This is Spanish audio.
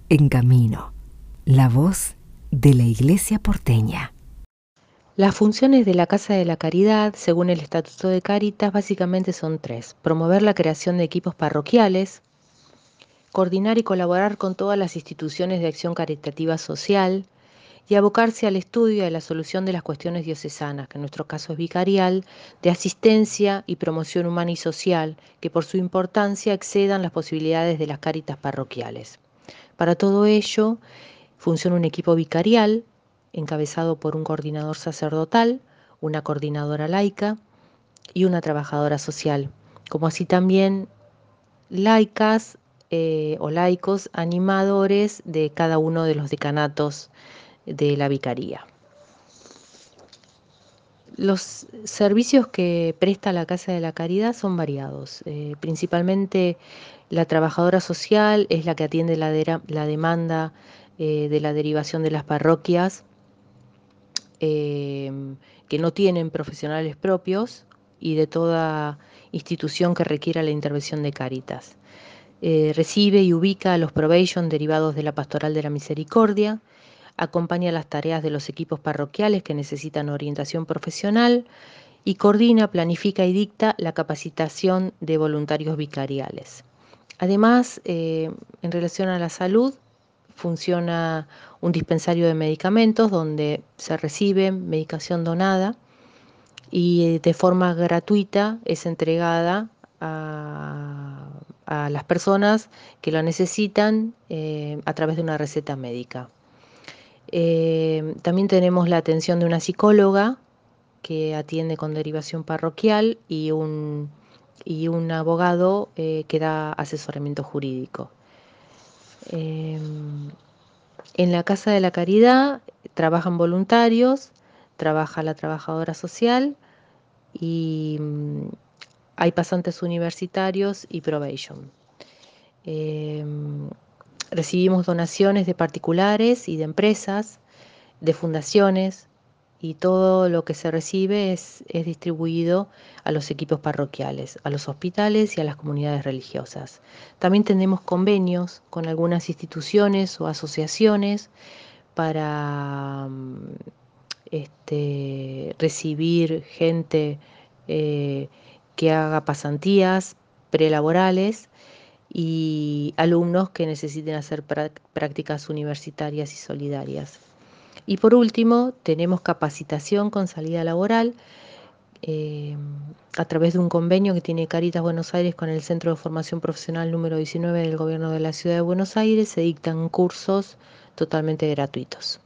En Camino, la voz de la Iglesia porteña. Las funciones de la Casa de la Caridad, según el Estatuto de Cáritas, básicamente son tres: promover la creación de equipos parroquiales, coordinar y colaborar con todas las instituciones de acción caritativa social y abocarse al estudio y a la solución de las cuestiones diocesanas, que en nuestro caso es vicarial, de asistencia y promoción humana y social, que por su importancia excedan las posibilidades de las cáritas parroquiales. Para todo ello, funciona un equipo vicarial encabezado por un coordinador sacerdotal, una coordinadora laica y una trabajadora social, como así también laicas o laicos animadores de cada uno de los decanatos de la vicaría. Los servicios que presta la Casa de la Caridad son variados. Principalmente la trabajadora social es la que atiende la demanda de la derivación de las parroquias que no tienen profesionales propios y de toda institución que requiera la intervención de Cáritas. Recibe y ubica a los probation derivados de la Pastoral de la Misericordia, acompaña las tareas de los equipos parroquiales que necesitan orientación profesional y coordina, planifica y dicta la capacitación de voluntarios vicariales. Además, en relación a la salud, funciona un dispensario de medicamentos donde se recibe medicación donada y de forma gratuita es entregada a las personas que lo necesitan a través de una receta médica. También tenemos la atención de una psicóloga que atiende con derivación parroquial y un abogado que da asesoramiento jurídico. En la Casa de la Caridad trabajan voluntarios, trabaja la trabajadora social y hay pasantes universitarios y probation. Recibimos donaciones de particulares y de empresas, de fundaciones, y todo lo que se recibe es distribuido a los equipos parroquiales, a los hospitales y a las comunidades religiosas. También tenemos convenios con algunas instituciones o asociaciones para recibir gente que haga pasantías prelaborales y alumnos que necesiten hacer prácticas universitarias y solidarias. Y por último, tenemos capacitación con salida laboral eh, a través de un convenio que tiene Cáritas Buenos Aires con el Centro de Formación Profesional número 19 del Gobierno de la Ciudad de Buenos Aires. Se dictan cursos totalmente gratuitos.